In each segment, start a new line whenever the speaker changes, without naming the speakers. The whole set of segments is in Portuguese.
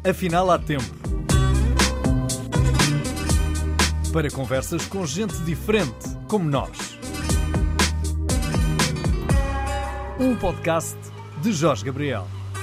Afinal, há tempo para conversas com gente diferente, como nós. Um podcast de Jorge Gabriel.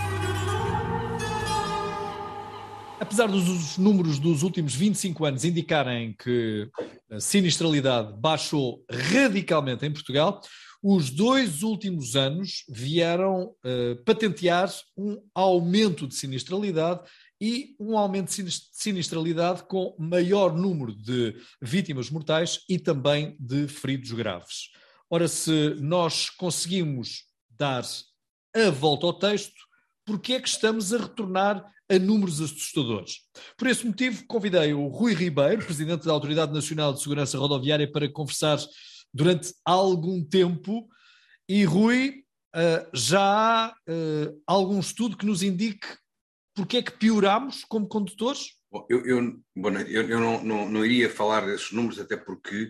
Apesar dos números dos últimos 25 anos indicarem que a sinistralidade baixou radicalmente em Portugal, os 2 últimos anos vieram patentear um aumento de sinistralidade e um aumento de sinistralidade com maior número de vítimas mortais e também de feridos graves. Ora, se nós conseguimos dar a volta ao texto, porque é que estamos a retornar a números assustadores? Por esse motivo, convidei o Rui Ribeiro, presidente da Autoridade Nacional de Segurança Rodoviária, para conversar durante algum tempo. E, Rui, já há algum estudo que nos indique porque é que piorámos como condutores?
Bom, eu não iria falar desses números, até porque,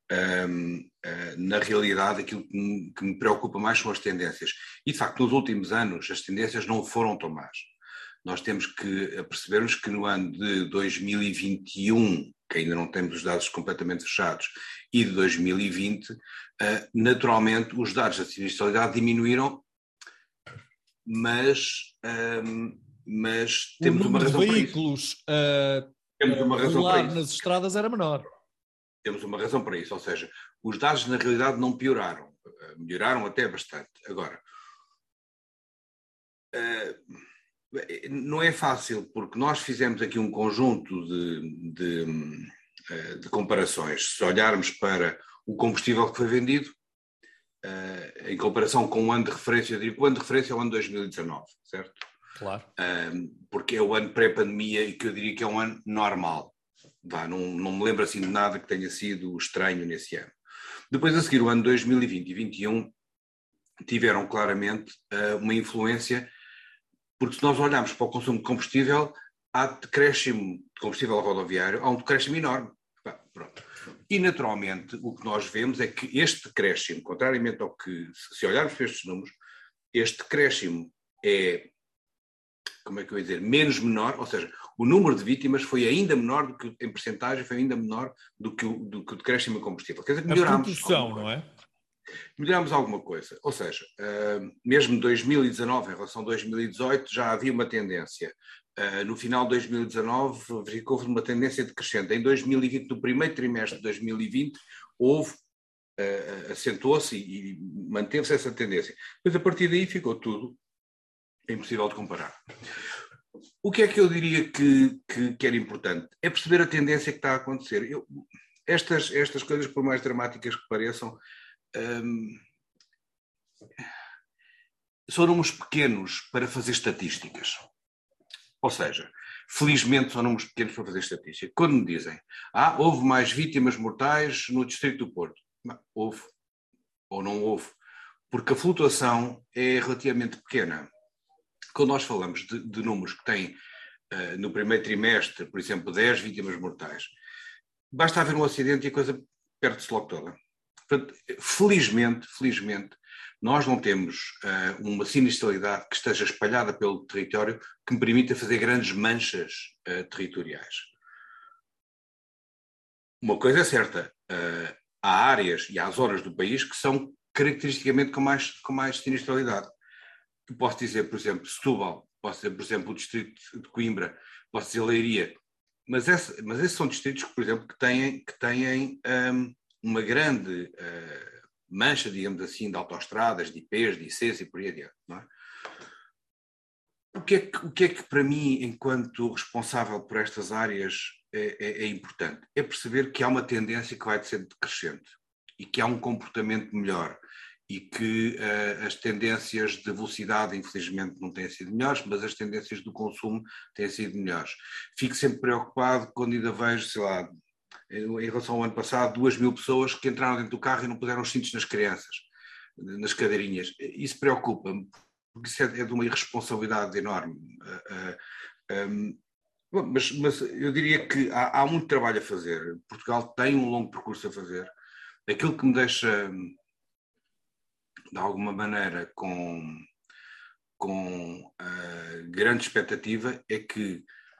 na realidade, aquilo que me preocupa mais são as tendências. E, de facto, nos últimos anos, as tendências não foram tão más. Nós temos que percebermos que no ano de 2021, que ainda não temos os dados completamente fechados, e de 2020, naturalmente, os dados da sinistralidade diminuíram, mas temos uma razão para isso.
O número de veículos a rolar nas estradas era menor.
Temos uma razão para isso, ou seja, os dados na realidade não pioraram, melhoraram até bastante. Agora, não é fácil, porque nós fizemos aqui um conjunto de comparações. Se olharmos para o combustível que foi vendido, em comparação com o ano de referência, eu diria que o ano de referência é o ano de 2019, certo?
Claro.
Porque é o ano pré-pandemia e que eu diria que é um ano normal. Não me lembro assim de nada que tenha sido estranho nesse ano. Depois, a seguir, o ano 2020 e 2021 tiveram claramente uma influência, porque se nós olharmos para o consumo de combustível, há decréscimo de combustível rodoviário, há um decréscimo enorme. Pronto. E, naturalmente, o que nós vemos é que este decréscimo, contrariamente ao que, se olharmos para estes números, este decréscimo é, como é que eu ia dizer, menos menor, ou seja, o número de vítimas foi ainda menor do que, em percentagem, foi ainda menor do que o decréscimo em combustível. Quer dizer que melhorámos.
A proporção, não é?
Melhorámos alguma coisa. Ou seja, mesmo 2019 em relação a 2018 já havia uma tendência. No final de 2019 verificou-se uma tendência decrescente. Em 2020, no primeiro trimestre de 2020, acentuou-se e manteve-se essa tendência. Mas a partir daí ficou tudo impossível de comparar. O que é que eu diria que era importante? É perceber a tendência que está a acontecer. Estas coisas, por mais dramáticas que pareçam, são números pequenos para fazer estatísticas. Ou seja, felizmente são números pequenos para fazer estatística. Quando me dizem, houve mais vítimas mortais no Distrito do Porto. Não, houve ou não houve, porque a flutuação é relativamente pequena. Quando nós falamos de números que têm, no primeiro trimestre, por exemplo, 10 vítimas mortais, basta haver um acidente e a coisa perde-se logo toda. Portanto, felizmente, nós não temos uma sinistralidade que esteja espalhada pelo território que me permita fazer grandes manchas territoriais. Uma coisa é certa, há áreas e há zonas do país que são caracteristicamente com mais sinistralidade. Eu posso dizer, por exemplo, Setúbal, posso dizer, por exemplo, o distrito de Coimbra, posso dizer Leiria, mas esses são distritos, por exemplo, que têm uma grande mancha, digamos assim, de autoestradas, de IPs, de ICs e por aí adiante. Não é? O que é que para mim, enquanto responsável por estas áreas, é importante? É perceber que há uma tendência que vai ser decrescente e que há um comportamento melhor. E que as tendências de velocidade, infelizmente, não têm sido melhores, mas as tendências do consumo têm sido melhores. Fico sempre preocupado quando ainda vejo, sei lá, em relação ao ano passado, 2.000 pessoas que entraram dentro do carro e não puseram os cintos nas crianças, nas cadeirinhas. Isso preocupa-me, porque isso é de uma irresponsabilidade enorme. Mas eu diria que há muito trabalho a fazer. Portugal tem um longo percurso a fazer. Aquilo que me deixa, de alguma maneira, com grande expectativa é que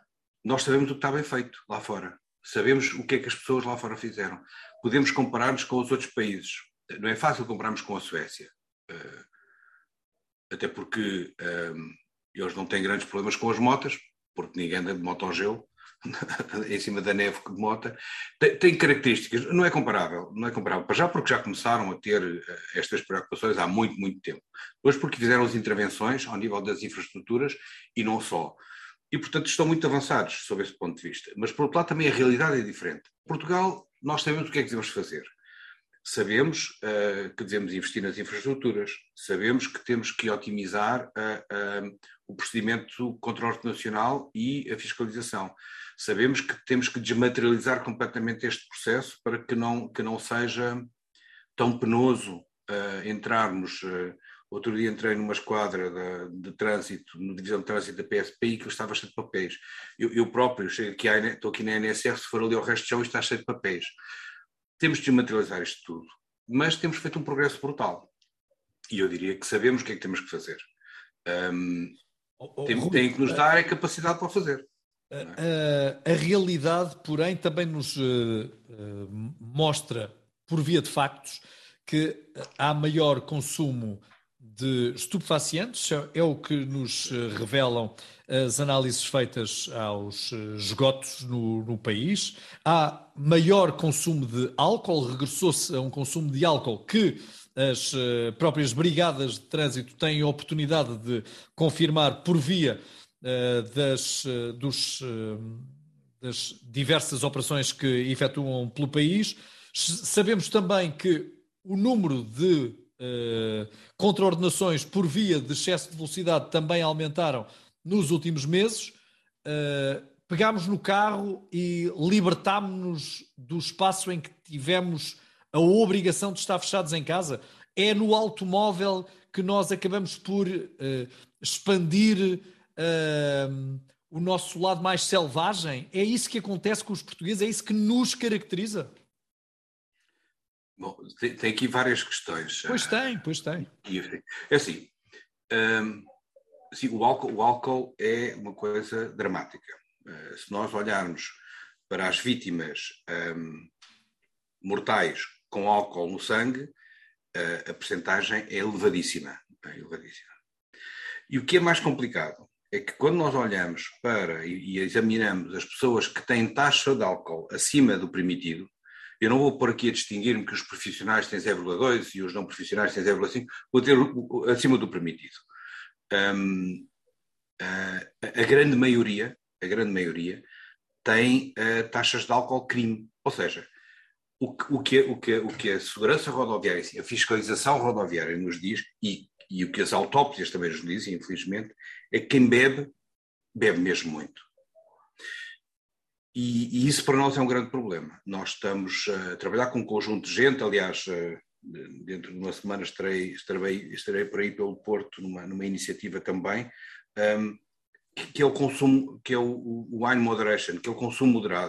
nós sabemos o que está bem feito lá fora. Sabemos o que é que as pessoas lá fora fizeram. Podemos comparar-nos com os outros países. Não é fácil compararmos com a Suécia. Até porque eles não têm grandes problemas com as motas, porque ninguém anda de moto ao gelo, em cima da neve de moto. Tem características, não é comparável. Para já porque já começaram a ter estas preocupações há muito, muito tempo. Depois porque fizeram as intervenções ao nível das infraestruturas e não só. E, portanto, estão muito avançados sob esse ponto de vista. Mas, por outro lado, também a realidade é diferente. Portugal, nós sabemos o que é que devemos fazer. Sabemos que devemos investir nas infraestruturas. Sabemos que temos que otimizar o procedimento contra o ordem nacional e a fiscalização. Sabemos que temos que desmaterializar completamente este processo para que não seja tão penoso entrarmos... Outro dia entrei numa esquadra de trânsito, na divisão de trânsito da PSP, e que eu estava cheio de papéis. Eu próprio chego aqui, estou aqui na NSR, se for ali ao resto do chão, está cheio de papéis. Temos de desmaterializar isto tudo, mas temos feito um progresso brutal. E eu diria que sabemos o que é que temos que fazer. Tem que nos dar a capacidade para o fazer.
A realidade, porém, também nos mostra, por via de factos, que há maior consumo de estupefacientes, é o que nos revelam as análises feitas aos esgotos no país. Há maior consumo de álcool, regressou-se a um consumo de álcool que as próprias brigadas de trânsito têm a oportunidade de confirmar por via das diversas operações que efetuam pelo país. Sabemos também que o número de contraordenações por via de excesso de velocidade também aumentaram nos últimos meses. Pegámos no carro e libertámos-nos do espaço em que tivemos a obrigação de estar fechados em casa. É no automóvel que nós acabamos por expandir o nosso lado mais selvagem. É isso que acontece com os portugueses? É isso que nos caracteriza?
Bom, tem aqui várias questões.
Pois tem.
É assim, sim, o álcool é uma coisa dramática. Se nós olharmos para as vítimas mortais com álcool no sangue, a percentagem é elevadíssima. E o que é mais complicado é que quando nós olhamos para e examinamos as pessoas que têm taxa de álcool acima do permitido, eu não vou pôr aqui a distinguir-me que os profissionais têm 0,2 e os não profissionais têm 0,5, vou ter acima do permitido. A grande maioria tem taxas de álcool crime. Ou seja, o que a segurança rodoviária, a fiscalização rodoviária nos diz, e o que as autópsias também nos dizem, infelizmente, é que quem bebe mesmo muito. E isso para nós é um grande problema. Nós estamos a trabalhar com um conjunto de gente, aliás, dentro de uma semana estarei por aí pelo Porto numa iniciativa também, que é o consumo, que é o wine moderation, que é o consumo moderado.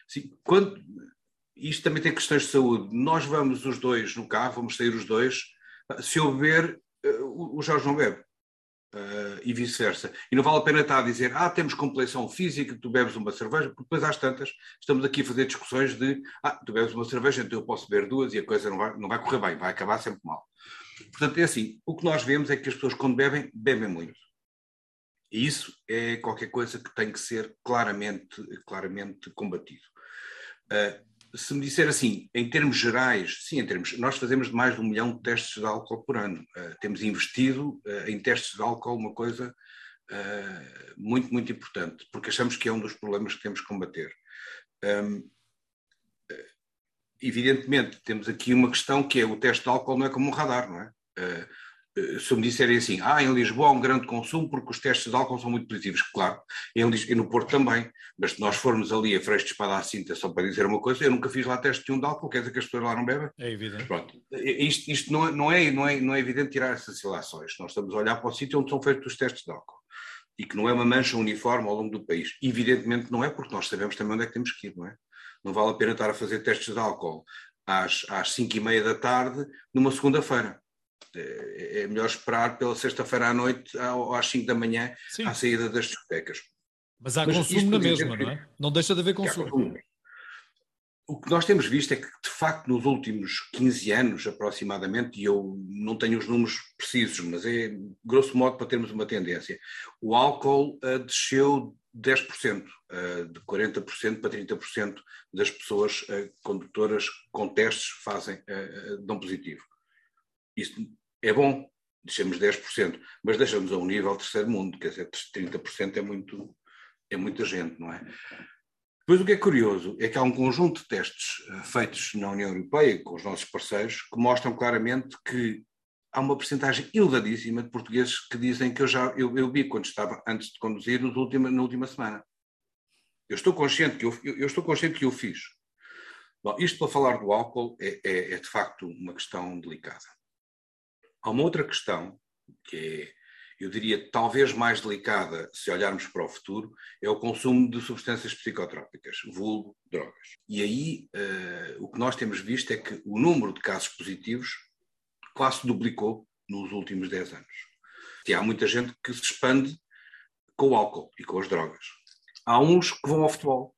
Isto também tem questões de saúde. Nós vamos os dois no carro, vamos sair os dois, se eu beber, o Jorge não bebe. E vice-versa. E não vale a pena estar a dizer temos complexão física, tu bebes uma cerveja, porque depois às tantas estamos aqui a fazer discussões de tu bebes uma cerveja, então eu posso beber duas e a coisa não vai correr bem, vai acabar sempre mal. Portanto, é assim, o que nós vemos é que as pessoas quando bebem muito. E isso é qualquer coisa que tem que ser claramente combatido. Se me disser assim, em termos gerais, sim, nós fazemos mais de 1 milhão de testes de álcool por ano. Temos investido em testes de álcool uma coisa muito, muito importante, porque achamos que é um dos problemas que temos que combater. Evidentemente, temos aqui uma questão que é o teste de álcool não é como um radar, não é? Se me disserem assim, em Lisboa há um grande consumo porque os testes de álcool são muito positivos, claro, e no Porto também, mas se nós formos ali a Freixo de Espada à Cinta, só para dizer uma coisa, eu nunca fiz lá teste nenhum de álcool, quer dizer que as pessoas lá não bebem?
É evidente.
Pronto. Isto não é evidente tirar essas ilações. Nós estamos a olhar para o sítio onde são feitos os testes de álcool e que não é uma mancha uniforme ao longo do país. Evidentemente não é, porque nós sabemos também onde é que temos que ir, não é? Não vale a pena estar a fazer testes de álcool às 5h30 da tarde numa segunda-feira. É melhor esperar pela sexta-feira à noite ou às 5 da manhã. Sim. À saída das discotecas.
Mas há consumo na mesma, não é? Não deixa de haver consumo.
O que nós temos visto é que, de facto, nos últimos 15 anos, aproximadamente, e eu não tenho os números precisos, mas é, grosso modo, para termos uma tendência, o álcool desceu 10%, de 40% para 30% das pessoas condutoras com testes dão positivo. Isso é bom, deixamos 10%, mas deixamos a um nível terceiro mundo, quer dizer, 30% é muita gente, não é? Depois o que é curioso é que há um conjunto de testes feitos na União Europeia com os nossos parceiros que mostram claramente que há uma percentagem elevadíssima de portugueses que dizem que eu vi quando estava antes de conduzir na última semana. Eu estou consciente que eu fiz. Bom, isto para falar do álcool é de facto uma questão delicada. Há uma outra questão que é, eu diria, talvez mais delicada, se olharmos para o futuro, é o consumo de substâncias psicotrópicas, vulgo drogas. E aí o que nós temos visto é que o número de casos positivos quase duplicou nos últimos 10 anos. E há muita gente que se expande com o álcool e com as drogas. Há uns que vão ao futebol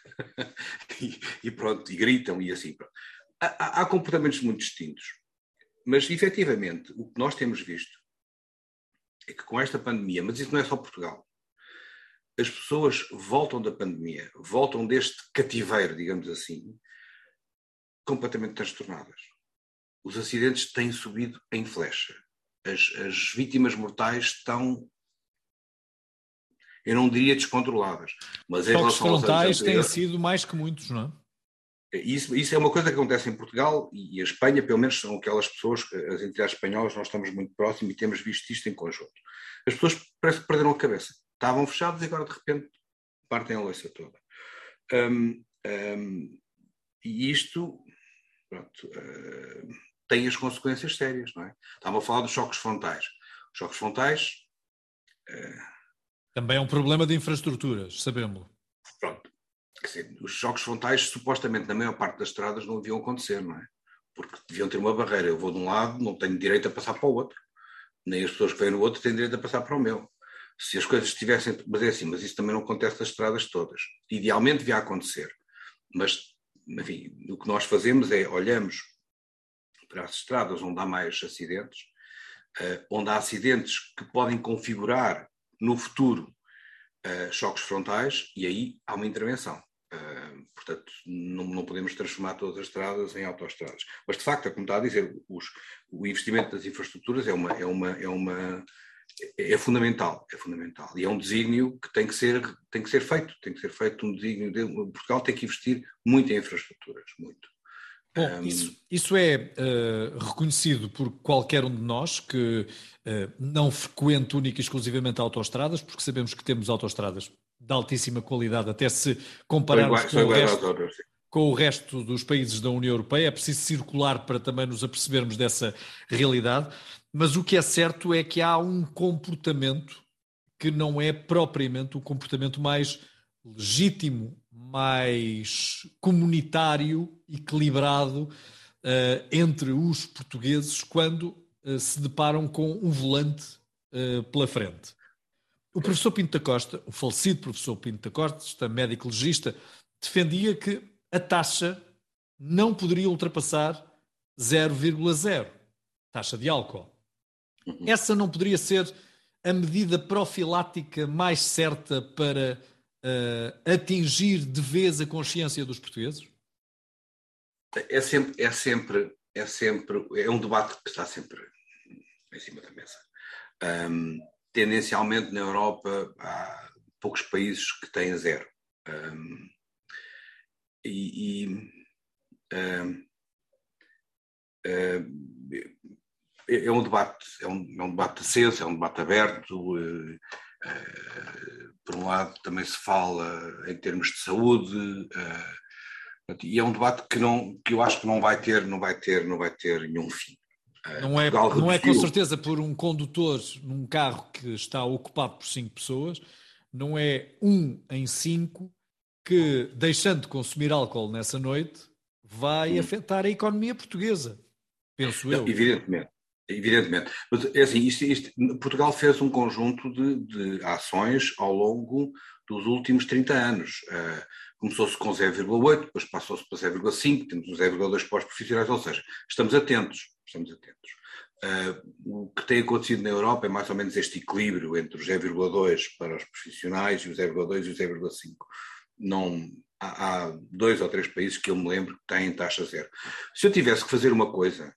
e pronto, e gritam e assim. Pronto. Há comportamentos muito distintos. Mas, efetivamente, o que nós temos visto é que com esta pandemia, mas isso não é só Portugal, as pessoas voltam da pandemia, voltam deste cativeiro, digamos assim, completamente transtornadas. Os acidentes têm subido em flecha. As vítimas mortais estão, eu não diria descontroladas, mas em
Choques
relação aos anos
frontais têm
anteriores,
sido mais que muitos, não é?
Isso é uma coisa que acontece em Portugal e a Espanha, pelo menos são aquelas pessoas, as entidades espanholas, nós estamos muito próximos e temos visto isto em conjunto. As pessoas parece que perderam a cabeça. Estavam fechadas e agora de repente partem a louça toda. E isto, pronto, tem as consequências sérias, não é? Estava a falar dos choques frontais. Os choques frontais...
Também é um problema de infraestruturas, sabemos.
Pronto. Quer dizer, os choques frontais, supostamente, na maior parte das estradas não deviam acontecer, não é? Porque deviam ter uma barreira. Eu vou de um lado, não tenho direito a passar para o outro. Nem as pessoas que vêm no outro têm direito a passar para o meu. Se as coisas estivessem... Mas é assim, mas isso também não acontece nas estradas todas. Idealmente devia acontecer. Mas, enfim, o que nós fazemos é, olhamos para as estradas onde há mais acidentes, onde há acidentes que podem configurar, no futuro, choques frontais, e aí há uma intervenção. Portanto, não podemos transformar todas as estradas em autoestradas. Mas, de facto, como está a dizer, o investimento das infraestruturas é fundamental. E é um desígnio que tem que ser feito. Tem que ser feito um desígnio. Portugal tem que investir muito em infraestruturas, muito.
Bom, isso é reconhecido por qualquer um de nós que não frequente única e exclusivamente autoestradas, porque sabemos que temos autoestradas de altíssima qualidade, até se compararmos com o resto dos países da União Europeia. É preciso circular para também nos apercebermos dessa realidade, mas o que é certo é que há um comportamento que não é propriamente o comportamento mais legítimo, mais comunitário, equilibrado entre os portugueses quando se deparam com um volante pela frente. O professor Pinto da Costa, o falecido professor Pinto da Costa, médico legista, defendia que a taxa não poderia ultrapassar 0,0, taxa de álcool. Essa não poderia ser a medida profilática mais certa para atingir de vez a consciência dos portugueses?
É um debate que está sempre em cima da mesa. Tendencialmente na Europa há poucos países que têm zero. É um debate aceso, é um debate aberto. Por um lado também se fala em termos de saúde, e é um debate que eu acho que não vai ter nenhum fim.
Não é com certeza por um condutor num carro que está ocupado por 5 pessoas, não é 1 em 5 que, deixando de consumir álcool nessa noite, vai afetar a economia portuguesa, penso eu.
Evidentemente. Mas é assim, Portugal fez um conjunto de ações ao longo dos últimos 30 anos. Começou-se com 0,8, depois passou-se para 0,5, temos um 0,2 para os profissionais, ou seja, estamos atentos. O que tem acontecido na Europa é mais ou menos este equilíbrio entre os 0,2 para os profissionais e o 0,2 e o 0,5. Não, há 2 ou 3 países que eu me lembro que têm taxa zero. Se eu tivesse que fazer uma coisa,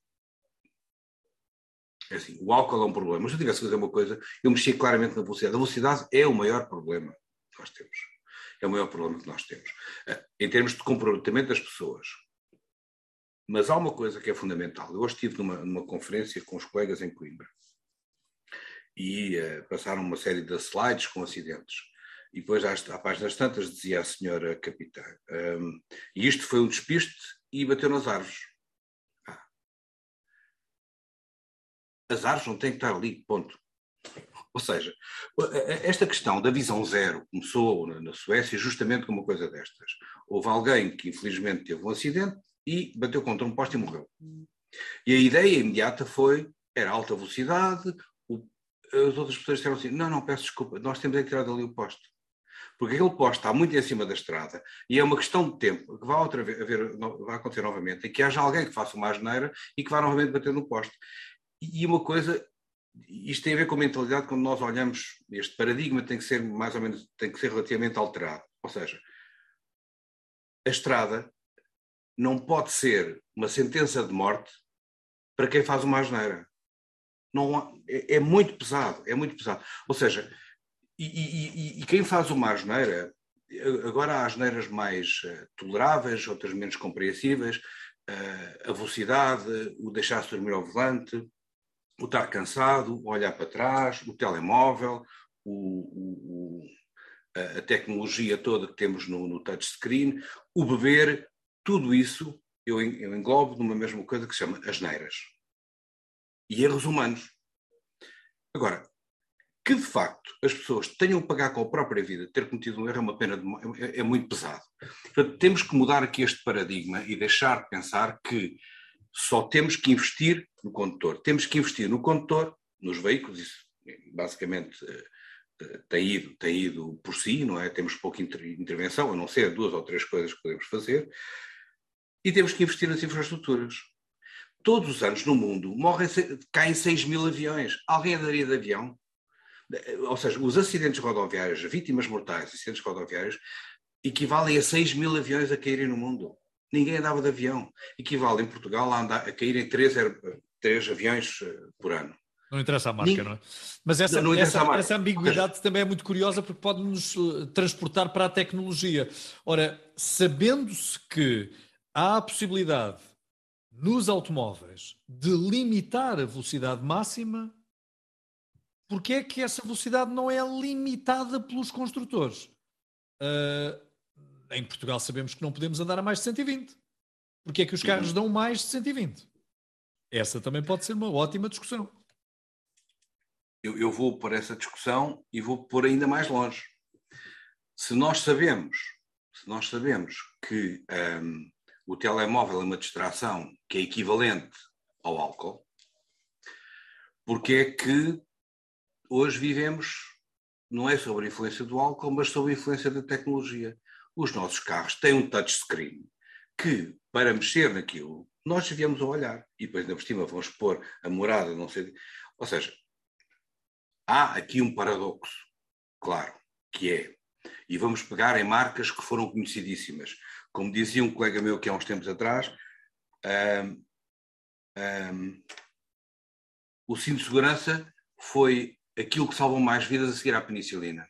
é assim, o álcool é um problema, mas se eu tivesse que fazer uma coisa, eu mexia claramente na velocidade. A velocidade é o maior problema que nós temos. É o maior problema que nós temos. Em termos de comprometimento das pessoas. Mas há uma coisa que é fundamental. Eu hoje estive numa conferência com os colegas em Coimbra e passaram uma série de slides com acidentes. E depois, à páginas tantas, dizia a senhora capitã, e isto foi um despiste e bateu nas árvores. As árvores não têm que estar ali, ponto. Ou seja, esta questão da visão zero começou na Suécia justamente com uma coisa destas. Houve alguém que infelizmente teve um acidente e bateu contra um poste e morreu. E a ideia imediata era alta velocidade, as outras pessoas disseram assim, não, peço desculpa, nós temos que tirar dali o poste. Porque aquele poste está muito em cima da estrada e é uma questão de tempo que vai acontecer novamente e que haja alguém que faça uma asneira e que vá novamente bater no poste. E uma coisa, isto tem a ver com a mentalidade quando nós olhamos, este paradigma tem que ser mais ou menos, tem que ser relativamente alterado. Ou seja, a estrada não pode ser uma sentença de morte para quem faz uma asneira. Não, é muito pesado, é muito pesado. Ou seja, e quem faz uma asneira, agora há asneiras mais toleráveis, outras menos compreensíveis, a velocidade, o deixar-se dormir ao volante, o estar cansado, o olhar para trás, o telemóvel, a tecnologia toda que temos no touchscreen, o beber, tudo isso eu englobo numa mesma coisa que se chama asneiras. E erros humanos. Agora, que de facto as pessoas tenham que pagar com a própria vida ter cometido um erro é uma pena, é muito pesado. Portanto, temos que mudar aqui este paradigma e deixar de pensar que só temos que investir no condutor. Temos que investir no condutor, nos veículos, isso basicamente tem ido por si, não é? Temos pouca intervenção, a não ser 2 ou 3 coisas que podemos fazer, e temos que investir nas infraestruturas. Todos os anos no mundo caem 6.000 aviões. Alguém andaria de avião? Ou seja, os acidentes rodoviários, vítimas mortais, acidentes rodoviários, equivalem a 6.000 aviões a caírem no mundo. Ninguém andava de avião. Equivale em Portugal a caírem 3 aviões por ano.
Não interessa a marca, não é? Mas essa ambiguidade também é muito curiosa porque pode-nos transportar para a tecnologia. Ora, sabendo-se que há a possibilidade nos automóveis de limitar a velocidade máxima, porque é que essa velocidade não é limitada pelos construtores? Em Portugal sabemos que não podemos andar a mais de 120. Porque é que os carros dão mais de 120? Essa também pode ser uma ótima discussão.
Eu vou por essa discussão e vou pôr ainda mais longe. Se nós sabemos que o telemóvel é uma distração que é equivalente ao álcool, porque é que hoje vivemos, não é sobre a influência do álcool, mas sobre a influência da tecnologia. Os nossos carros têm um touchscreen que, para mexer naquilo, nós devíamos olhar. E depois, na por cima, vamos pôr a morada, não sei. Ou seja, há aqui um paradoxo, claro, que é, e vamos pegar em marcas que foram conhecidíssimas. Como dizia um colega meu que há uns tempos atrás, o cinto de segurança foi aquilo que salvou mais vidas a seguir à penicilina.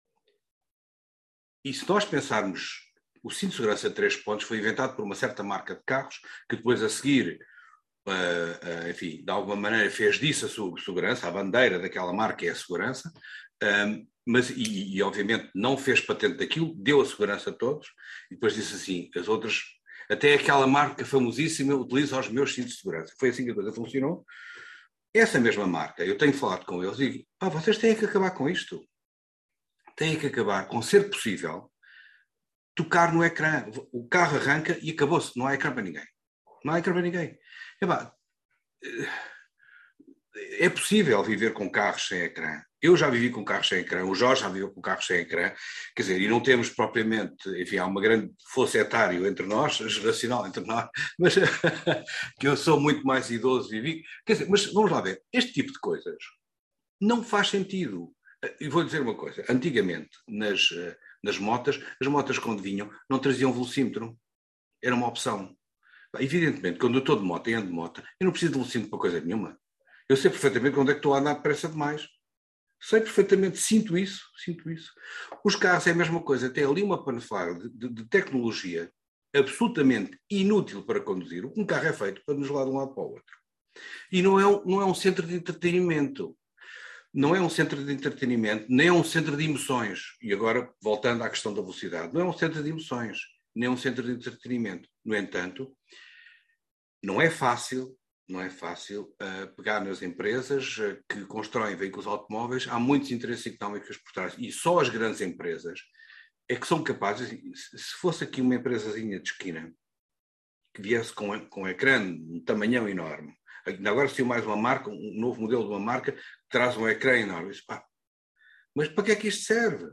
E se nós pensarmos, o cinto de segurança de 3 pontos foi inventado por uma certa marca de carros, que depois a seguir, enfim, de alguma maneira fez disso a sua segurança, a bandeira daquela marca é a segurança, mas obviamente não fez patente daquilo, deu a segurança a todos, e depois disse assim, as outras, até aquela marca famosíssima utiliza os meus cintos de segurança. Foi assim que a coisa funcionou. Essa mesma marca, eu tenho falado com eles e digo, vocês têm que acabar com isto. Têm que acabar com ser possível tocar no ecrã. O carro arranca e acabou-se. Não há ecrã para ninguém. Não há ecrã para ninguém. é possível viver com carros sem ecrã. Eu já vivi com carros sem ecrã, o Jorge já viveu com carros sem ecrã, quer dizer, e não temos propriamente, enfim, há uma grande fosso etário entre nós, geracional entre nós, mas que eu sou muito mais idoso e vivi, quer dizer, mas vamos lá ver, este tipo de coisas não faz sentido. E vou dizer uma coisa, antigamente, nas motas, as motas quando vinham não traziam velocímetro, era uma opção. Evidentemente, quando eu estou de moto e ando de moto, eu não preciso de velocímetro para coisa nenhuma. Eu sei perfeitamente onde é que estou a andar depressa demais. Sei perfeitamente, sinto isso. Os carros é a mesma coisa, tem ali uma panflada de tecnologia absolutamente inútil para conduzir. Um carro é feito para nos levar de um lado para o outro. E não é um centro de entretenimento. Não é um centro de entretenimento, nem é um centro de emoções. E agora, voltando à questão da velocidade, não é um centro de emoções, nem é um centro de entretenimento. No entanto, não é fácil pegar nas empresas que constroem veículos automóveis. Há muitos interesses económicos por trás. E só as grandes empresas é que são capazes, se fosse aqui uma empresazinha de esquina que viesse com um ecrã de um tamanhão enorme, ainda agora saiu mais uma marca, um novo modelo de uma marca que traz um ecrã enorme. Disse, mas para que é que isto serve?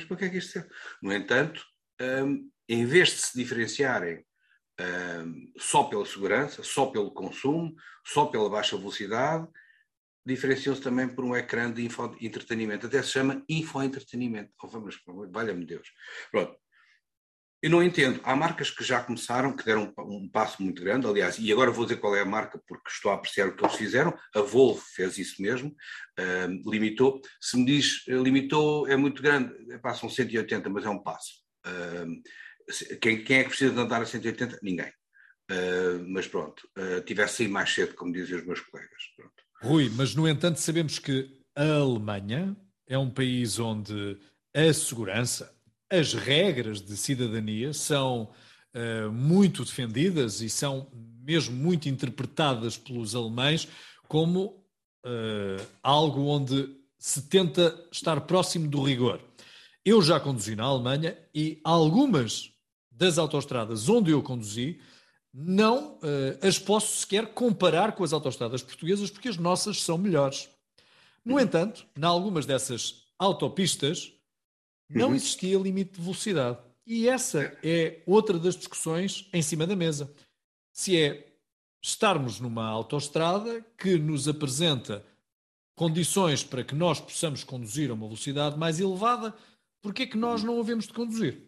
No entanto, em vez de se diferenciarem só pela segurança, só pelo consumo, só pela baixa velocidade, diferenciam-se também por um ecrã de entretenimento. Até se chama infoentretenimento. Valha-me Deus. Pronto. Eu não entendo. Há marcas que já começaram, que deram um passo muito grande, aliás, e agora vou dizer qual é a marca, porque estou a apreciar o que eles fizeram. A Volvo fez isso mesmo, limitou. Se me diz limitou, é muito grande. São 180, mas é um passo. Quem é que precisa de andar a 180? Ninguém. Mas pronto, tivesse saído mais cedo, como dizem os meus colegas. Pronto.
Rui, mas no entanto sabemos que a Alemanha é um país onde a segurança, as regras de cidadania são muito defendidas e são mesmo muito interpretadas pelos alemães como algo onde se tenta estar próximo do rigor. Eu já conduzi na Alemanha e algumas das autoestradas onde eu conduzi não as posso sequer comparar com as autoestradas portuguesas porque as nossas são melhores. No entanto, em algumas dessas autopistas não existia limite de velocidade. E essa é outra das discussões em cima da mesa. Se é estarmos numa autoestrada que nos apresenta condições para que nós possamos conduzir a uma velocidade mais elevada, porque é que nós não havemos de conduzir?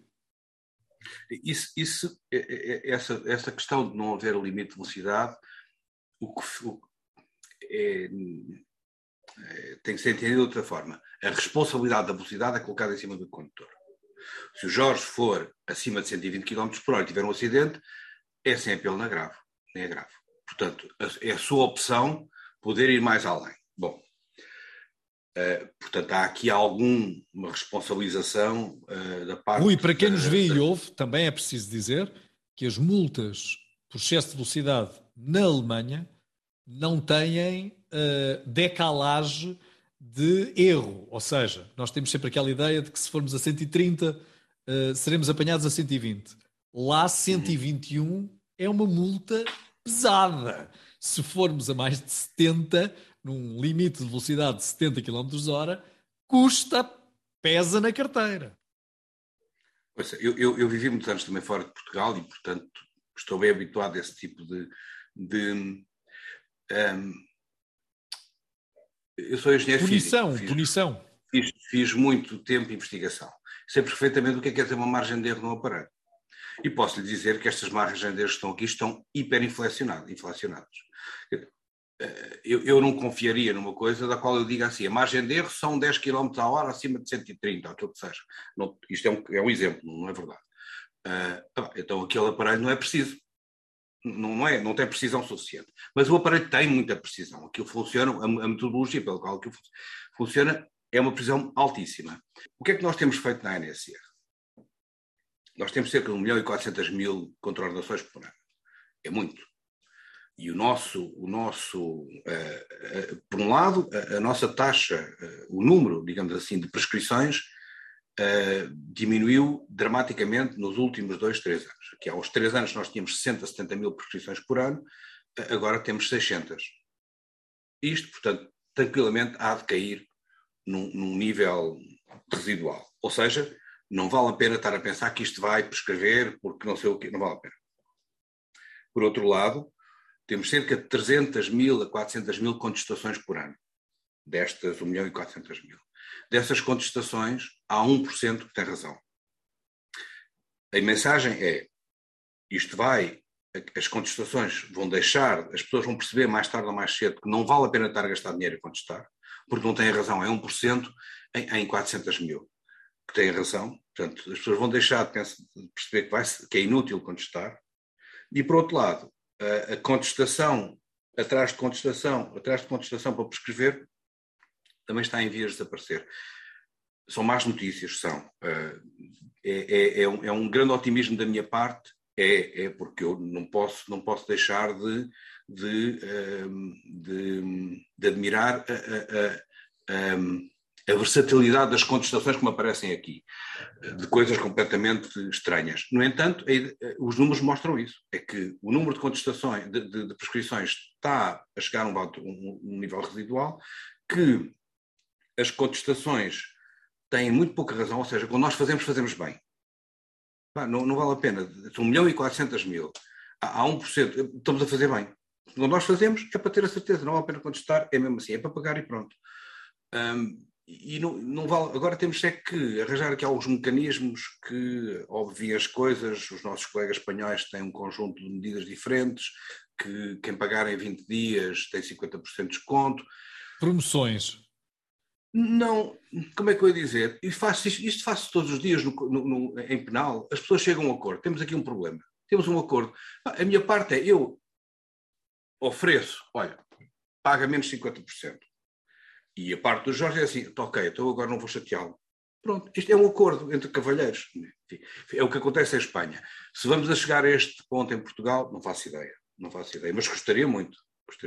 Essa questão de não haver limite de velocidade tem que ser entendido de outra forma. A responsabilidade da velocidade é colocada em cima do condutor. Se o Jorge for acima de 120 km por hora e tiver um acidente, é sem apelo na grave, nem é grave. Portanto, é a sua opção poder ir mais além. Bom, portanto, há aqui alguma responsabilização da parte...
Rui, para quem nos vê e ouve, também é preciso dizer que as multas por excesso de velocidade na Alemanha não têm decalagem de erro. Ou seja, nós temos sempre aquela ideia de que se formos a 130, seremos apanhados a 120. Lá, 121 é uma multa pesada. Se formos a mais de 70, num limite de velocidade de 70 km/h, pesa na carteira.
Eu vivi muitos anos também fora de Portugal e, portanto, estou bem habituado a esse tipo eu sou engenheiro físico.
Punição.
Fiz muito tempo de investigação. Sei perfeitamente o que é ter uma margem de erro no aparelho. E posso lhe dizer que estas margens de erro que estão aqui estão hiperinflacionadas. Eu não confiaria numa coisa da qual eu diga assim, a margem de erro são 10 km a hora acima de 130, ou aquilo que seja. Não, isto é um exemplo, não é verdade. Então aquele aparelho não é preciso. Não tem precisão suficiente. Mas o aparelho tem muita precisão. Aquilo funciona, a metodologia pela qual aquilo funciona é uma precisão altíssima. O que é que nós temos feito na ANSR? Nós temos cerca de 1.400.000 contraordenações por ano. É muito. E por um lado, a nossa taxa, o número, digamos assim, de prescrições diminuiu dramaticamente nos últimos 2, 3 anos. Aqui há uns 3 anos nós tínhamos 60, 70 mil prescrições por ano, agora temos 600. Isto, portanto, tranquilamente há de cair num nível residual. Ou seja, não vale a pena estar a pensar que isto vai prescrever porque não sei o quê, não vale a pena. Por outro lado, temos cerca de 300 mil a 400 mil contestações por ano. Destas 1.400.000. Dessas contestações, há 1% que tem razão. A mensagem é, as contestações vão deixar, as pessoas vão perceber mais tarde ou mais cedo que não vale a pena estar a gastar dinheiro a contestar, porque não têm razão, é 1% em 400 mil que têm razão. Portanto, as pessoas vão deixar de perceber que é inútil contestar. E, por outro lado, a contestação, atrás de contestação para prescrever, também está em vias de desaparecer. São más notícias, são. É um grande otimismo da minha parte, porque eu não posso deixar de admirar a versatilidade das contestações que me aparecem aqui, de coisas completamente estranhas. No entanto, os números mostram isso, é que o número de contestações, de prescrições está a chegar a um nível residual, que as contestações têm muito pouca razão, ou seja, quando nós fazemos bem. Não vale a pena. 1.400.000. Há 1%. Estamos a fazer bem. Quando nós fazemos, é para ter a certeza. Não vale a pena contestar, é mesmo assim. É para pagar e pronto. E não vale. Agora temos que arranjar aqui alguns mecanismos que obviem as coisas. Os nossos colegas espanhóis têm um conjunto de medidas diferentes, que quem pagar em 20 dias tem 50% de desconto.
Promoções.
Não, como é que eu ia dizer? Isto faço todos os dias em penal. As pessoas chegam a um acordo. Temos aqui um problema. Temos um acordo. A minha parte é, eu ofereço, olha, paga menos 50%. E a parte do Jorge é assim, ok, então agora não vou chateá-lo. Pronto, isto é um acordo entre cavalheiros. Enfim, é o que acontece em Espanha. Se vamos a chegar a este ponto em Portugal, não faço ideia. Mas gostaria muito.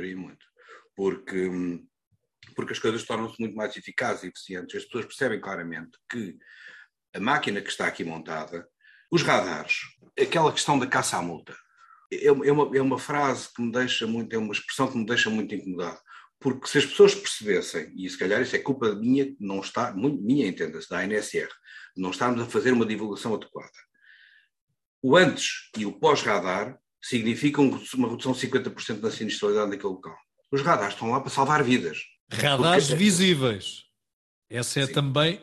Porque as coisas tornam-se muito mais eficazes e eficientes. As pessoas percebem claramente que a máquina que está aqui montada, os radares, aquela questão da caça à multa, é uma frase que me deixa muito, é uma expressão que me deixa muito incomodado. Porque se as pessoas percebessem, e se calhar isso é culpa minha, que não está, minha entenda-se, da ANSR, não estarmos a fazer uma divulgação adequada. O antes e o pós-radar significam uma redução de 50% da sinistralidade naquele local. Os radares estão lá para salvar vidas.
Radares visíveis. Essa é
Sim.
também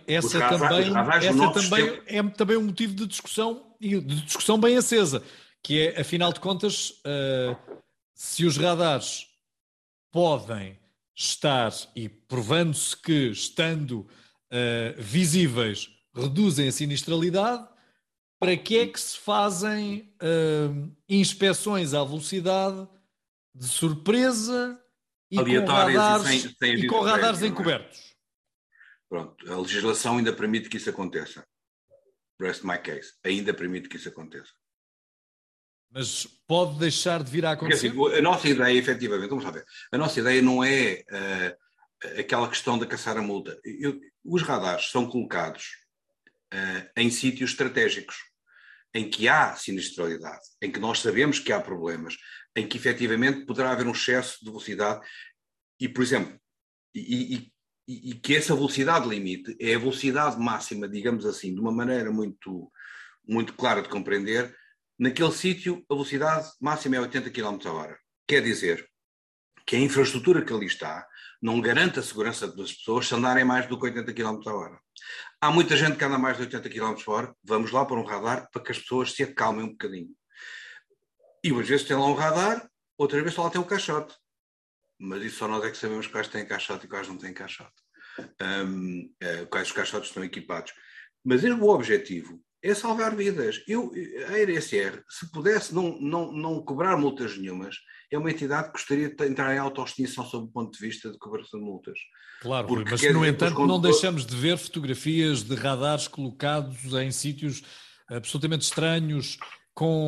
um motivo de discussão e de discussão bem acesa, que é, afinal de contas, se os radares podem estar, e provando-se que, estando visíveis, reduzem a sinistralidade, para que é que se fazem inspeções à velocidade de surpresa e com radares encobertos?
Pronto, a legislação ainda permite que isso aconteça. Rest my case. Ainda permite que isso aconteça.
Mas pode deixar de vir a acontecer?
Porque, assim, a nossa ideia, efetivamente, vamos lá ver, a nossa ideia não é aquela questão de caçar a multa. Os radares são colocados em sítios estratégicos, em que há sinistralidade, em que nós sabemos que há problemas, em que efetivamente poderá haver um excesso de velocidade e, por exemplo, e que essa velocidade limite é a velocidade máxima, digamos assim, de uma maneira muito, muito clara de compreender. Naquele sítio, a velocidade máxima é 80 km/h. Quer dizer que a infraestrutura que ali está não garante a segurança das pessoas se andarem mais do que 80 km/h. Há muita gente que anda mais de 80 km/h. Vamos lá pôr um radar para que as pessoas se acalmem um bocadinho. E umas vezes tem lá um radar, outras vezes só lá tem um caixote. Mas isso só nós é que sabemos quais têm caixote e quais não têm caixote. Quais os caixotes estão equipados. Mas o objetivo é salvar vidas. A ANSR, se pudesse não cobrar multas nenhumas, é uma entidade que gostaria de entrar em autoextinção sob o ponto de vista de cobração de multas.
Claro, porque, mas no entanto não deixamos de ver fotografias de radares colocados em sítios absolutamente estranhos, com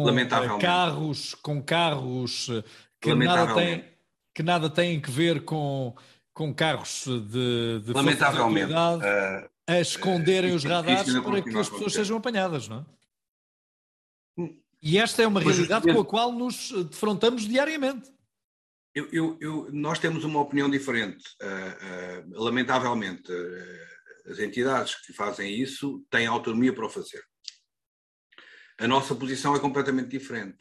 carros que nada têm que ver com carros de força de autoridade a esconderem os radares para que as pessoas sejam apanhadas, não é? E esta é uma realidade com a qual nos defrontamos diariamente.
Nós temos uma opinião diferente. Lamentavelmente, as entidades que fazem isso têm autonomia para o fazer. A nossa posição é completamente diferente.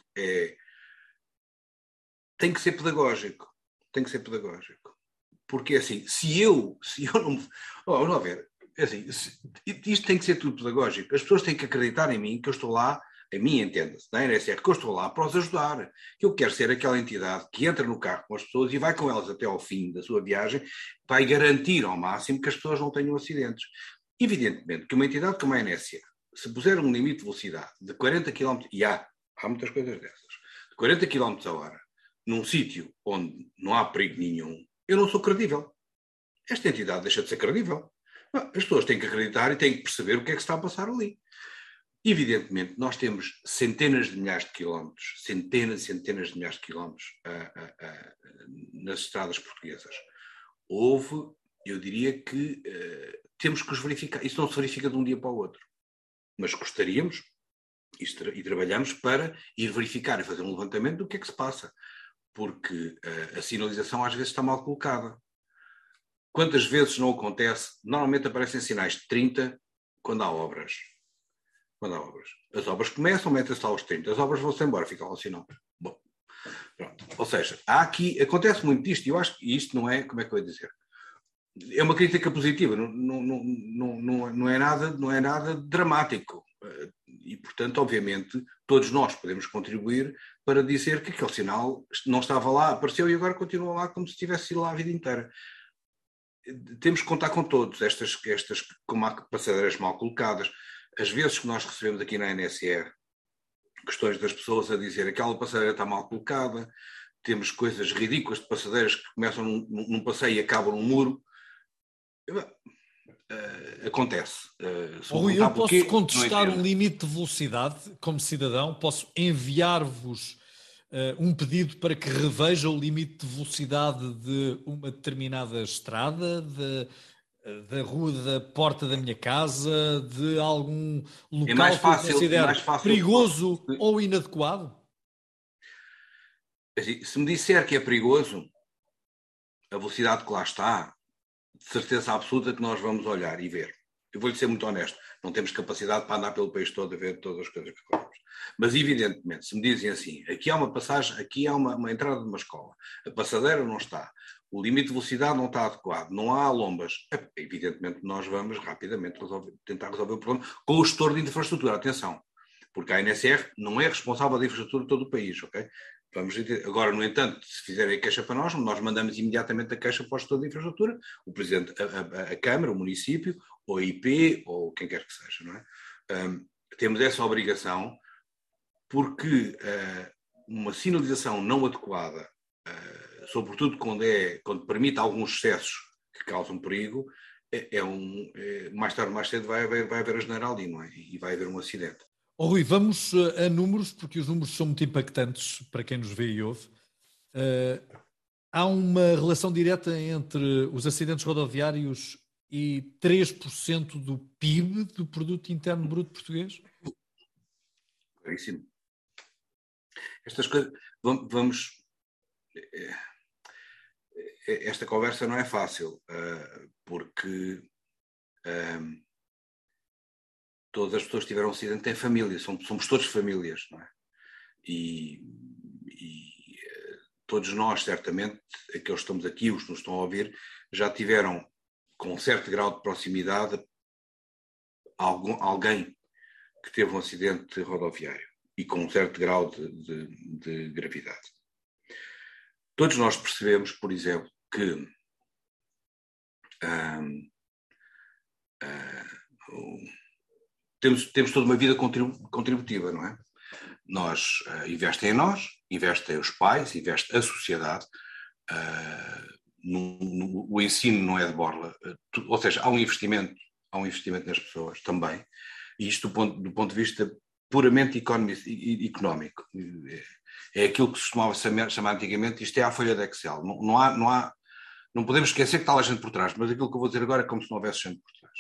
Tem que ser pedagógico. Tem que ser pedagógico. Porque assim, se eu não... Vamos ver. Assim, isto tem que ser tudo pedagógico. As pessoas têm que acreditar em mim, que eu estou lá, a mim entenda-se, na NSR, que eu estou lá para os ajudar. Que eu quero ser aquela entidade que entra no carro com as pessoas e vai com elas até ao fim da sua viagem, vai garantir ao máximo que as pessoas não tenham acidentes. Evidentemente que uma entidade como a NSR, se puser um limite de velocidade de 40 km, e há muitas coisas dessas, de 40 km a hora, num sítio onde não há perigo nenhum, eu não sou credível. Esta entidade deixa de ser credível. As pessoas têm que acreditar e têm que perceber o que é que está a passar ali. Evidentemente, nós temos centenas de milhares de quilómetros, centenas e centenas de milhares de quilómetros nas estradas portuguesas. Eu diria que temos que os verificar. Isso não se verifica de um dia para o outro. Mas gostaríamos e trabalhamos para ir verificar e fazer um levantamento do que é que se passa. Porque a sinalização às vezes está mal colocada. Quantas vezes não acontece? Normalmente aparecem sinais de 30 quando há obras. As obras começam, metem-se lá aos 30. As obras vão-se embora, fica lá o sinal. Bom, pronto. Ou seja, acontece muito disto, e eu acho que isto não é, como é que eu ia dizer? É uma crítica positiva, não é nada dramático. E, portanto, obviamente, todos nós podemos contribuir para dizer que aquele sinal não estava lá, apareceu e agora continua lá como se estivesse lá a vida inteira. Temos que contar com todos, estas como há passadeiras mal colocadas. As vezes que nós recebemos aqui na NSR questões das pessoas a dizer aquela passadeira está mal colocada, temos coisas ridículas de passadeiras que começam num passeio e acabam num muro. Acontece.
Rui, eu posso contestar um limite de velocidade como cidadão, posso enviar-vos um pedido para que reveja o limite de velocidade de uma determinada estrada, da rua da porta da minha casa, de algum local que eu considero perigoso ou inadequado?
Se me disser que é perigoso, a velocidade que lá está, de certeza absoluta que nós vamos olhar e ver. Eu vou-lhe ser muito honesto, não temos capacidade para andar pelo país todo a ver todas as coisas que acontecem. Mas, evidentemente, se me dizem assim, aqui há uma passagem, aqui há uma entrada de uma escola, a passadeira não está, o limite de velocidade não está adequado, não há lombas, evidentemente nós vamos rapidamente tentar resolver o problema com o gestor de infraestrutura. Atenção, porque a ANSR não é responsável da infraestrutura de todo o país, ok? Agora, no entanto, se fizerem a queixa para nós mandamos imediatamente a queixa para o gestor de infraestrutura, o presidente, a Câmara, o município, ou a IP, ou quem quer que seja, não é? Temos essa obrigação porque uma sinalização não adequada, sobretudo quando permite alguns excessos que causam perigo, mais tarde ou mais cedo vai haver a geneira ali, não é? E vai haver um acidente.
Oh, Rui, vamos a números, porque os números são muito impactantes para quem nos vê e ouve. Há uma relação direta entre os acidentes rodoviários e 3% do PIB, do Produto Interno Bruto Português?
Claríssimo. Estas coisas, vamos... Esta conversa não é fácil, porque... todas as pessoas que tiveram um acidente têm família, somos todos famílias, não é? E todos nós, certamente, aqueles que estamos aqui, os que nos estão a ouvir, já tiveram, com um certo grau de proximidade, alguém que teve um acidente rodoviário e com um certo grau de gravidade. Todos nós percebemos, por exemplo, que temos toda uma vida contributiva, não é? Investem em nós, investem os pais, investe a sociedade. O ensino não é de borla, ou seja, há um investimento nas pessoas também, e isto do ponto de vista puramente económico. É aquilo que se costumava chamar antigamente, isto é a folha de Excel. Não podemos esquecer que está lá gente por trás, mas aquilo que eu vou dizer agora é como se não houvesse gente por trás.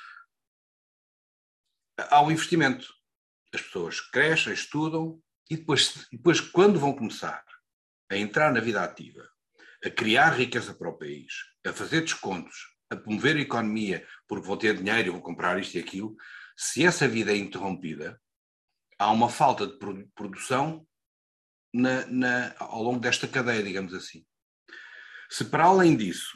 Há um investimento. As pessoas crescem, estudam e depois quando vão começar a entrar na vida ativa, a criar riqueza para o país, a fazer descontos, a promover a economia, porque vou ter dinheiro e vou comprar isto e aquilo, se essa vida é interrompida, há uma falta de produção ao longo desta cadeia, digamos assim. Se para além disso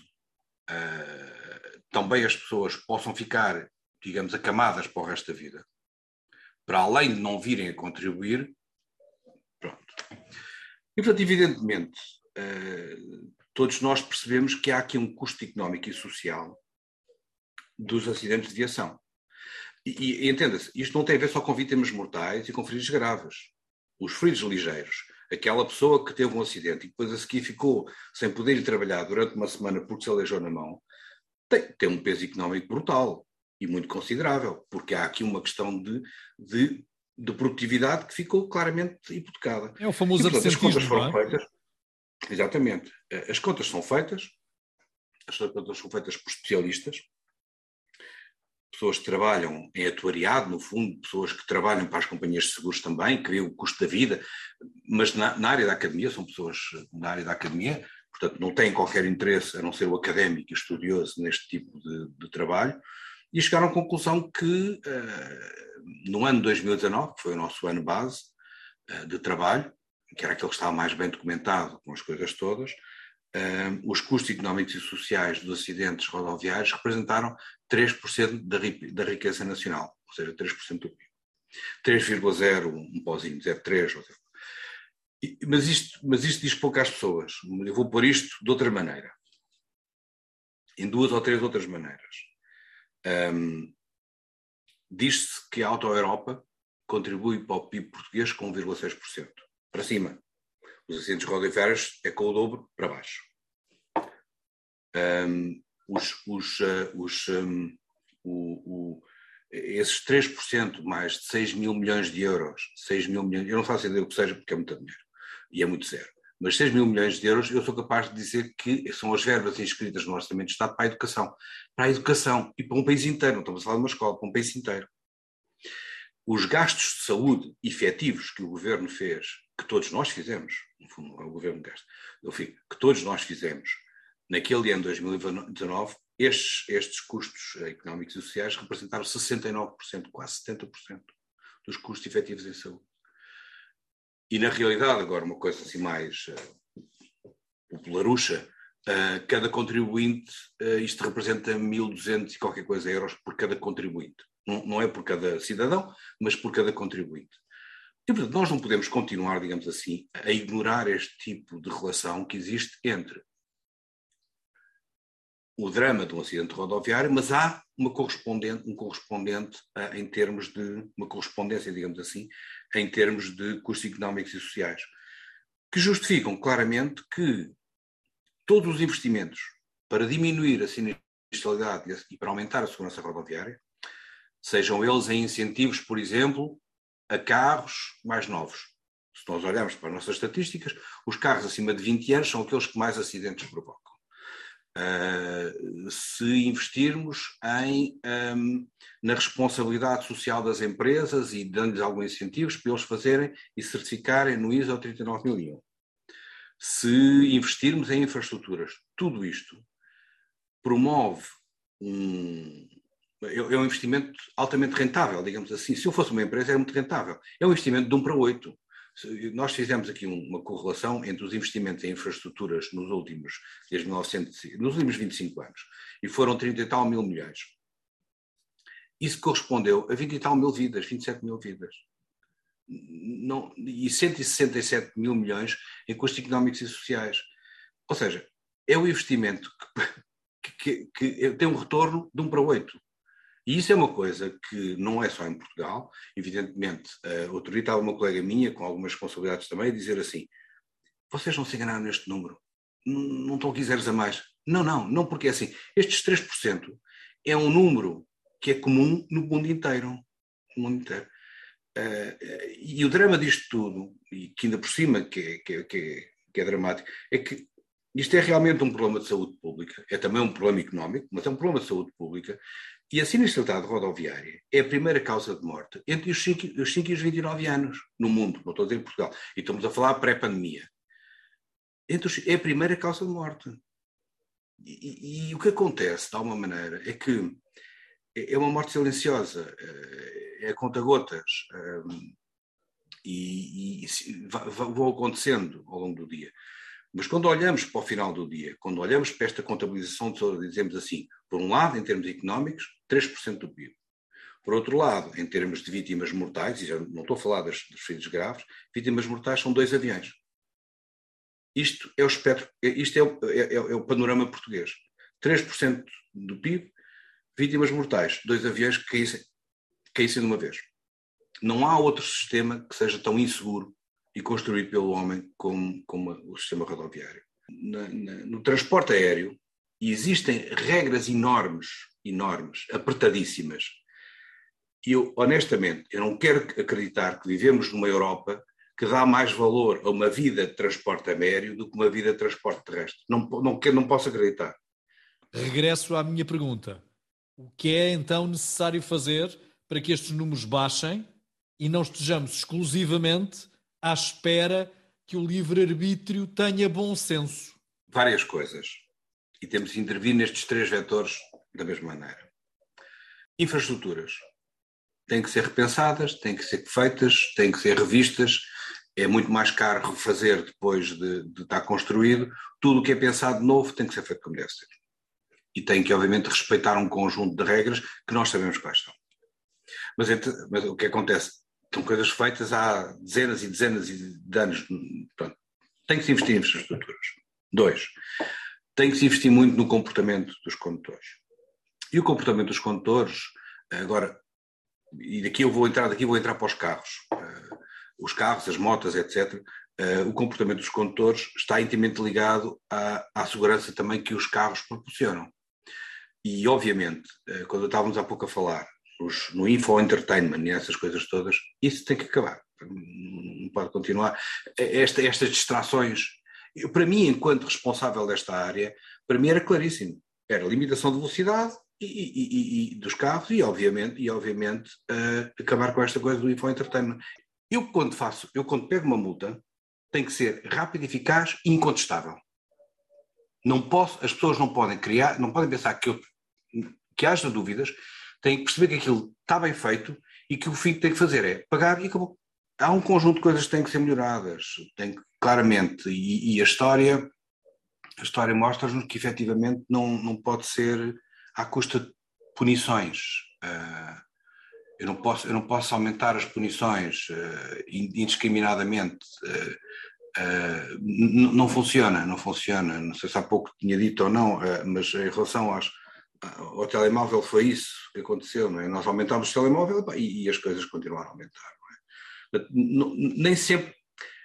também as pessoas possam ficar, digamos, acamadas para o resto da vida, para além de não virem a contribuir, pronto. E, portanto, evidentemente, todos nós percebemos que há aqui um custo económico e social dos acidentes de viação. E entenda-se, isto não tem a ver só com vítimas mortais e com feridos graves. Os feridos ligeiros, aquela pessoa que teve um acidente e depois a seguir ficou sem poder ir trabalhar durante uma semana porque se aleijou na mão, tem um peso económico brutal e muito considerável, porque há aqui uma questão de produtividade que ficou claramente hipotecada.
É o famoso absentismo,
as contas foram
não é?
feitas. Exatamente. As contas são feitas, por especialistas, pessoas que trabalham em atuariado, no fundo, pessoas que trabalham para as companhias de seguros também, que veem o custo da vida, mas na área da academia, são pessoas na área da academia, portanto não têm qualquer interesse a não ser o académico e estudioso neste tipo de trabalho, e chegaram à conclusão que no ano 2019, que foi o nosso ano base de trabalho, que era aquele que estava mais bem documentado com as coisas todas, os custos económicos e sociais dos acidentes rodoviários representaram 3% da riqueza nacional, ou seja, 3% do PIB. 3,0, um pozinho, 0,3. Mas isto diz pouco às pessoas. Eu vou pôr isto de outra maneira. Em 2 ou 3 outras maneiras. Diz-se que a Auto Europa contribui para o PIB português com 1,6%. Para cima. Os acidentes rodoviários é com o dobro para baixo. Esses 3% mais de 6 mil milhões de euros, 6 mil milhões, eu não faço ideia do que seja porque é muito dinheiro e é muito zero, mas 6 mil milhões de euros eu sou capaz de dizer que são as verbas inscritas no Orçamento de Estado para a educação e para um país inteiro, não estamos a falar de uma escola, para um país inteiro. Os gastos de saúde efetivos que o governo fez, que todos nós fizemos, no fundo, é o governo que gasta, que todos nós fizemos naquele ano 2019, estes custos económicos e sociais representaram 69%, quase 70% dos custos efetivos em saúde. E na realidade, agora uma coisa assim mais popularucha, cada contribuinte, isto representa 1.200 e qualquer coisa euros por cada contribuinte. Não é por cada cidadão, mas por cada contribuinte. E, portanto, nós não podemos continuar, digamos assim, a ignorar este tipo de relação que existe entre o drama de um acidente rodoviário, mas há um correspondente em termos de, uma correspondência, digamos assim, em termos de custos económicos e sociais, que justificam claramente que todos os investimentos para diminuir a sinistralidade e para aumentar a segurança rodoviária, sejam eles em incentivos, por exemplo, a carros mais novos. Se nós olharmos para as nossas estatísticas, os carros acima de 20 anos são aqueles que mais acidentes provocam. Se investirmos na responsabilidade social das empresas e dando-lhes alguns incentivos para eles fazerem e certificarem no ISO 39001. Se investirmos em infraestruturas, tudo isto promove é um investimento altamente rentável, digamos assim. Se eu fosse uma empresa, é muito rentável. É um investimento de 1 para 8. Nós fizemos aqui uma correlação entre os investimentos em infraestruturas nos últimos 25 anos, e foram 30 e tal mil milhões. Isso correspondeu a 20 e tal mil vidas, 27 mil vidas. E 167 mil milhões em custos económicos e sociais. Ou seja, é um investimento que tem um retorno de 1 para 8. E isso é uma coisa que não é só em Portugal. Evidentemente, outro dia estava uma colega minha, com algumas responsabilidades também, a dizer assim: vocês não se enganaram neste número, não estão aqui zeros a mais. Não, porque é assim, estes 3% é um número que é comum no mundo inteiro. E o drama disto tudo, e que ainda por cima que é dramático, é que isto é realmente um problema de saúde pública, é também um problema económico, mas é um problema de saúde pública. E a sinistralidade rodoviária é a primeira causa de morte entre os 5 e os 29 anos no mundo, não estou a dizer em Portugal. E estamos a falar pré-pandemia. É a primeira causa de morte. E o que acontece, de alguma maneira, é que é uma morte silenciosa, é a conta-gotas, e vão acontecendo ao longo do dia. Mas quando olhamos para o final do dia, quando olhamos para esta contabilização de saúde, dizemos assim, por um lado, em termos económicos, 3% do PIB. Por outro lado, em termos de vítimas mortais, e já não estou a falar dos feridos graves, vítimas mortais são 2 aviões. Isto é o espectro, isto é o panorama português. 3% do PIB, vítimas mortais, 2 aviões que caíssem de uma vez. Não há outro sistema que seja tão inseguro e construído pelo homem como o sistema rodoviário. No transporte aéreo existem regras enormes, apertadíssimas. E eu, honestamente, eu não quero acreditar que vivemos numa Europa que dá mais valor a uma vida de transporte aéreo do que uma vida de transporte terrestre. Não posso acreditar.
Regresso à minha pergunta. O que é então necessário fazer para que estes números baixem e não estejamos exclusivamente à espera que o livre-arbítrio tenha bom senso?
Várias coisas. E temos de intervir nestes 3 vetores da mesma maneira. Infraestruturas. Têm que ser repensadas, têm que ser feitas, têm que ser revistas. É muito mais caro refazer depois de estar construído. Tudo o que é pensado de novo tem que ser feito como deve ser. E tem que, obviamente, respeitar um conjunto de regras que nós sabemos quais são. Mas o que acontece? São coisas feitas há dezenas e dezenas de anos. Portanto, tem que se investir em infraestruturas. 2. Tem que se investir muito no comportamento dos condutores. E o comportamento dos condutores, agora, e daqui eu vou entrar para os carros. Os carros, as motas, etc. O comportamento dos condutores está intimamente ligado à segurança também que os carros proporcionam. E, obviamente, quando estávamos há pouco a falar no info-entertainment e essas coisas todas, isso tem que acabar. Não pode continuar. Estas distrações, para mim, enquanto responsável desta área, para mim era claríssimo. Era limitação de velocidade e dos carros e, obviamente acabar com esta coisa do info-entertainment. Eu, quando pego uma multa, tem que ser rápido, eficaz e incontestável. As pessoas não podem pensar que haja dúvidas, têm que perceber que aquilo está bem feito e que o fim que tem que fazer é pagar e acabou. Há um conjunto de coisas que têm que ser melhoradas, claramente, e a história mostra-nos que efetivamente não pode ser à custa de punições. Eu não posso aumentar as punições indiscriminadamente. Não funciona. Não sei se há pouco tinha dito ou não, mas em relação ao telemóvel foi isso que aconteceu, não é? Nós aumentámos o telemóvel e as coisas continuaram a aumentar. Não é? Nem sempre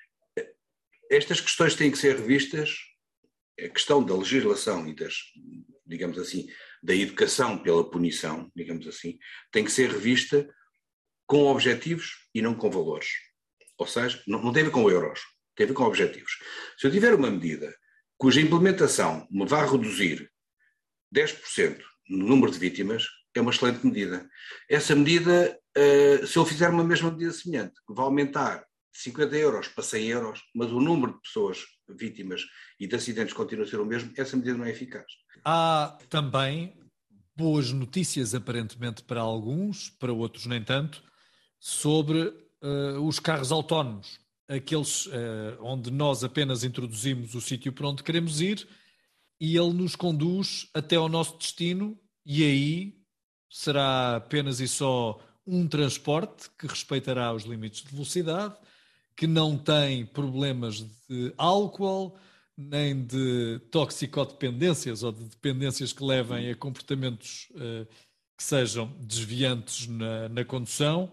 estas questões têm que ser revistas. A questão da legislação e digamos assim, da educação pela punição, digamos assim, tem que ser revista com objetivos e não com valores. Ou seja, não tem a ver com euros, tem a ver com objetivos. Se eu tiver uma medida cuja implementação me vai reduzir 10% no número de vítimas, é uma excelente medida. Essa medida, se eu fizer uma mesma medida semelhante, que vai aumentar de 50 euros para 100 euros, mas o número de pessoas vítimas e de acidentes continua a ser o mesmo, essa medida não é eficaz.
Há também boas notícias, aparentemente, para alguns, para outros nem tanto, sobre os carros autónomos, aqueles onde nós apenas introduzimos o sítio para onde queremos ir e ele nos conduz até ao nosso destino e aí será apenas e só um transporte que respeitará os limites de velocidade, que não tem problemas de álcool, nem de toxicodependências ou de dependências que levem a comportamentos que sejam desviantes na condução.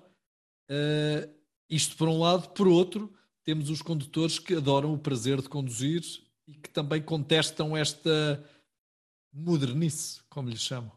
Isto por um lado. Por outro, temos os condutores que adoram o prazer de conduzir e que também contestam esta modernice, como lhe chamam.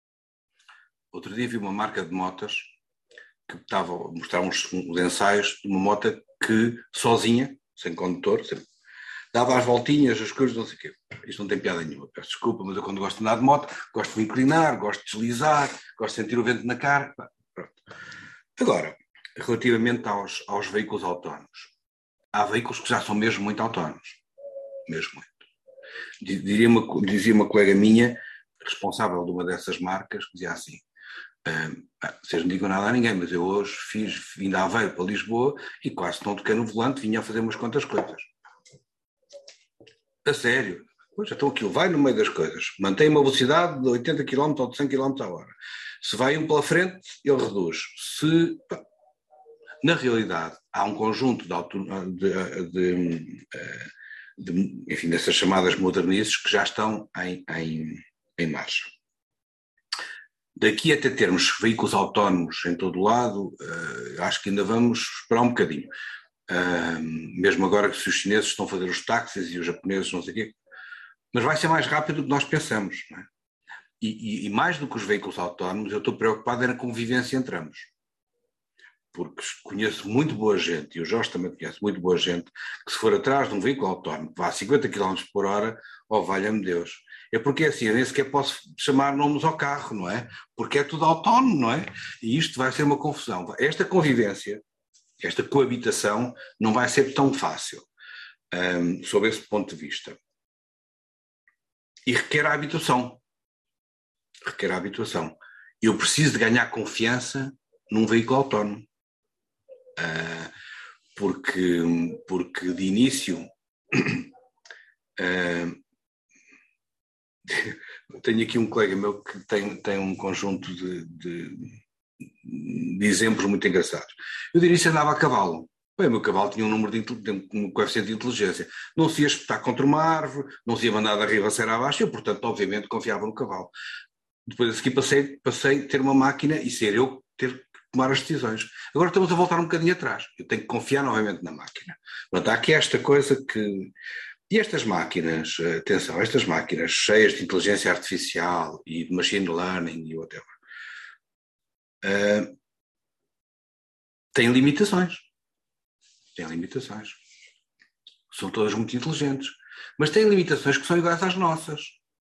Outro dia vi uma marca de motas que estava a mostrar uns ensaios de uma moto que sozinha, sem condutor, dava as voltinhas, as coisas, não sei o quê. Isto não tem piada nenhuma, peço desculpa, mas eu quando gosto de andar de moto, gosto de me inclinar, gosto de deslizar, gosto de sentir o vento na cara. Pronto. Agora, relativamente aos veículos autónomos, há veículos que já são mesmo muito autónomos. mesmo muito. Dizia uma colega minha, responsável de uma dessas marcas, que dizia assim: vocês não digam nada a ninguém, mas eu hoje vim de Aveiro para Lisboa e quase não toquei no volante, vinha a fazer umas quantas coisas. A sério. Pois, então aquilo vai no meio das coisas. Mantém uma velocidade de 80 km ou de 100 km a hora. Se vai um pela frente, ele reduz. Na realidade, há um conjunto enfim, dessas chamadas modernices que já estão em marcha. Daqui até termos veículos autónomos em todo o lado, acho que ainda vamos esperar um bocadinho. Mesmo agora que os chineses estão a fazer os táxis e os japoneses não sei o quê, mas vai ser mais rápido do que nós pensamos, não é? E mais do que os veículos autónomos, eu estou preocupado na convivência entre ambos. Porque conheço muito boa gente, e o Jorge também conhece muito boa gente, que se for atrás de um veículo autónomo que vá a 50 km por hora, valha-me Deus. É porque assim, eu nem sequer posso chamar nomes ao carro, não é? Porque é tudo autónomo, não é? E isto vai ser uma confusão. Esta convivência, esta coabitação, não vai ser tão fácil, sob esse ponto de vista. E requer a habituação. Eu preciso de ganhar confiança num veículo autónomo. Porque de início tenho aqui um colega meu que tem um conjunto de exemplos muito engraçados. Eu de início andava a cavalo. Bem, o meu cavalo tinha um coeficiente de inteligência. Não se ia espetar contra uma árvore, não se ia mandar da ribanceira abaixo, eu, portanto, obviamente, confiava no cavalo. Depois a seguir passei a ter uma máquina e ser eu ter que tomar as decisões. Agora estamos a voltar um bocadinho atrás. Eu tenho que confiar novamente na máquina. Portanto, há aqui esta coisa que... E estas máquinas, atenção, estas máquinas cheias de inteligência artificial e de machine learning e whatever, têm limitações. São todas muito inteligentes. Mas têm limitações que são iguais às nossas.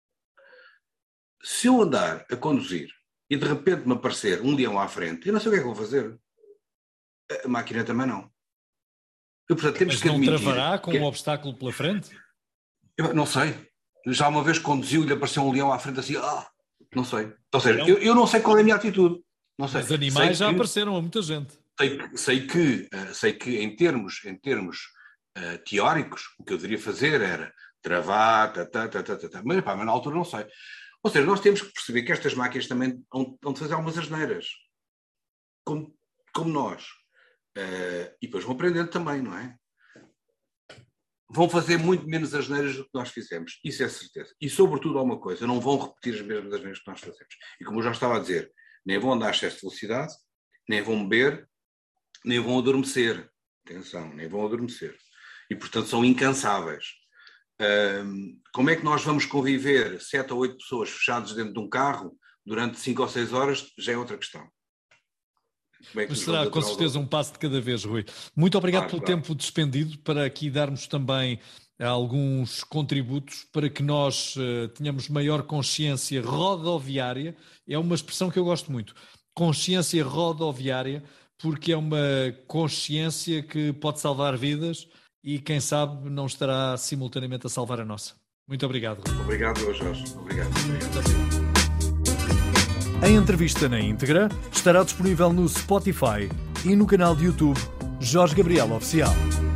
Se eu andar a conduzir e de repente me aparecer um leão à frente, eu não sei o que é que vou fazer. A máquina também não. E, portanto, temos
mas
que admitir...
Mas não travará com um obstáculo pela frente?
Eu não sei. Já uma vez conduziu e lhe apareceu um leão à frente assim, não sei. Ou seja, eu não sei qual é a minha atitude. Não sei.
Os animais já apareceram a muita gente.
Sei que em termos teóricos, o que eu deveria fazer era travar, mas na altura não sei. Ou seja, nós temos que perceber que estas máquinas também vão fazer algumas asneiras, como nós. E depois vão aprendendo também, não é? Vão fazer muito menos asneiras do que nós fizemos, isso é certeza. E sobretudo há uma coisa, não vão repetir as mesmas asneiras que nós fazemos. E como eu já estava a dizer, nem vão andar a excesso de velocidade, nem vão beber, nem vão adormecer. Atenção, nem vão adormecer. E portanto são incansáveis. Como é que nós vamos conviver 7 ou 8 pessoas fechadas dentro de um carro durante 5 ou 6 horas, já é outra questão.
Mas será com certeza um passo de cada vez, Rui. Muito obrigado pelo tempo despendido para aqui darmos também alguns contributos para que nós tenhamos maior consciência rodoviária. É uma expressão que eu gosto muito. Consciência rodoviária, porque é uma consciência que pode salvar vidas e, quem sabe, não estará simultaneamente a salvar a nossa. Muito obrigado, Rui.
Obrigado, Jorge. Obrigado.
A entrevista na íntegra estará disponível no Spotify e no canal de YouTube Jorge Gabriel Oficial.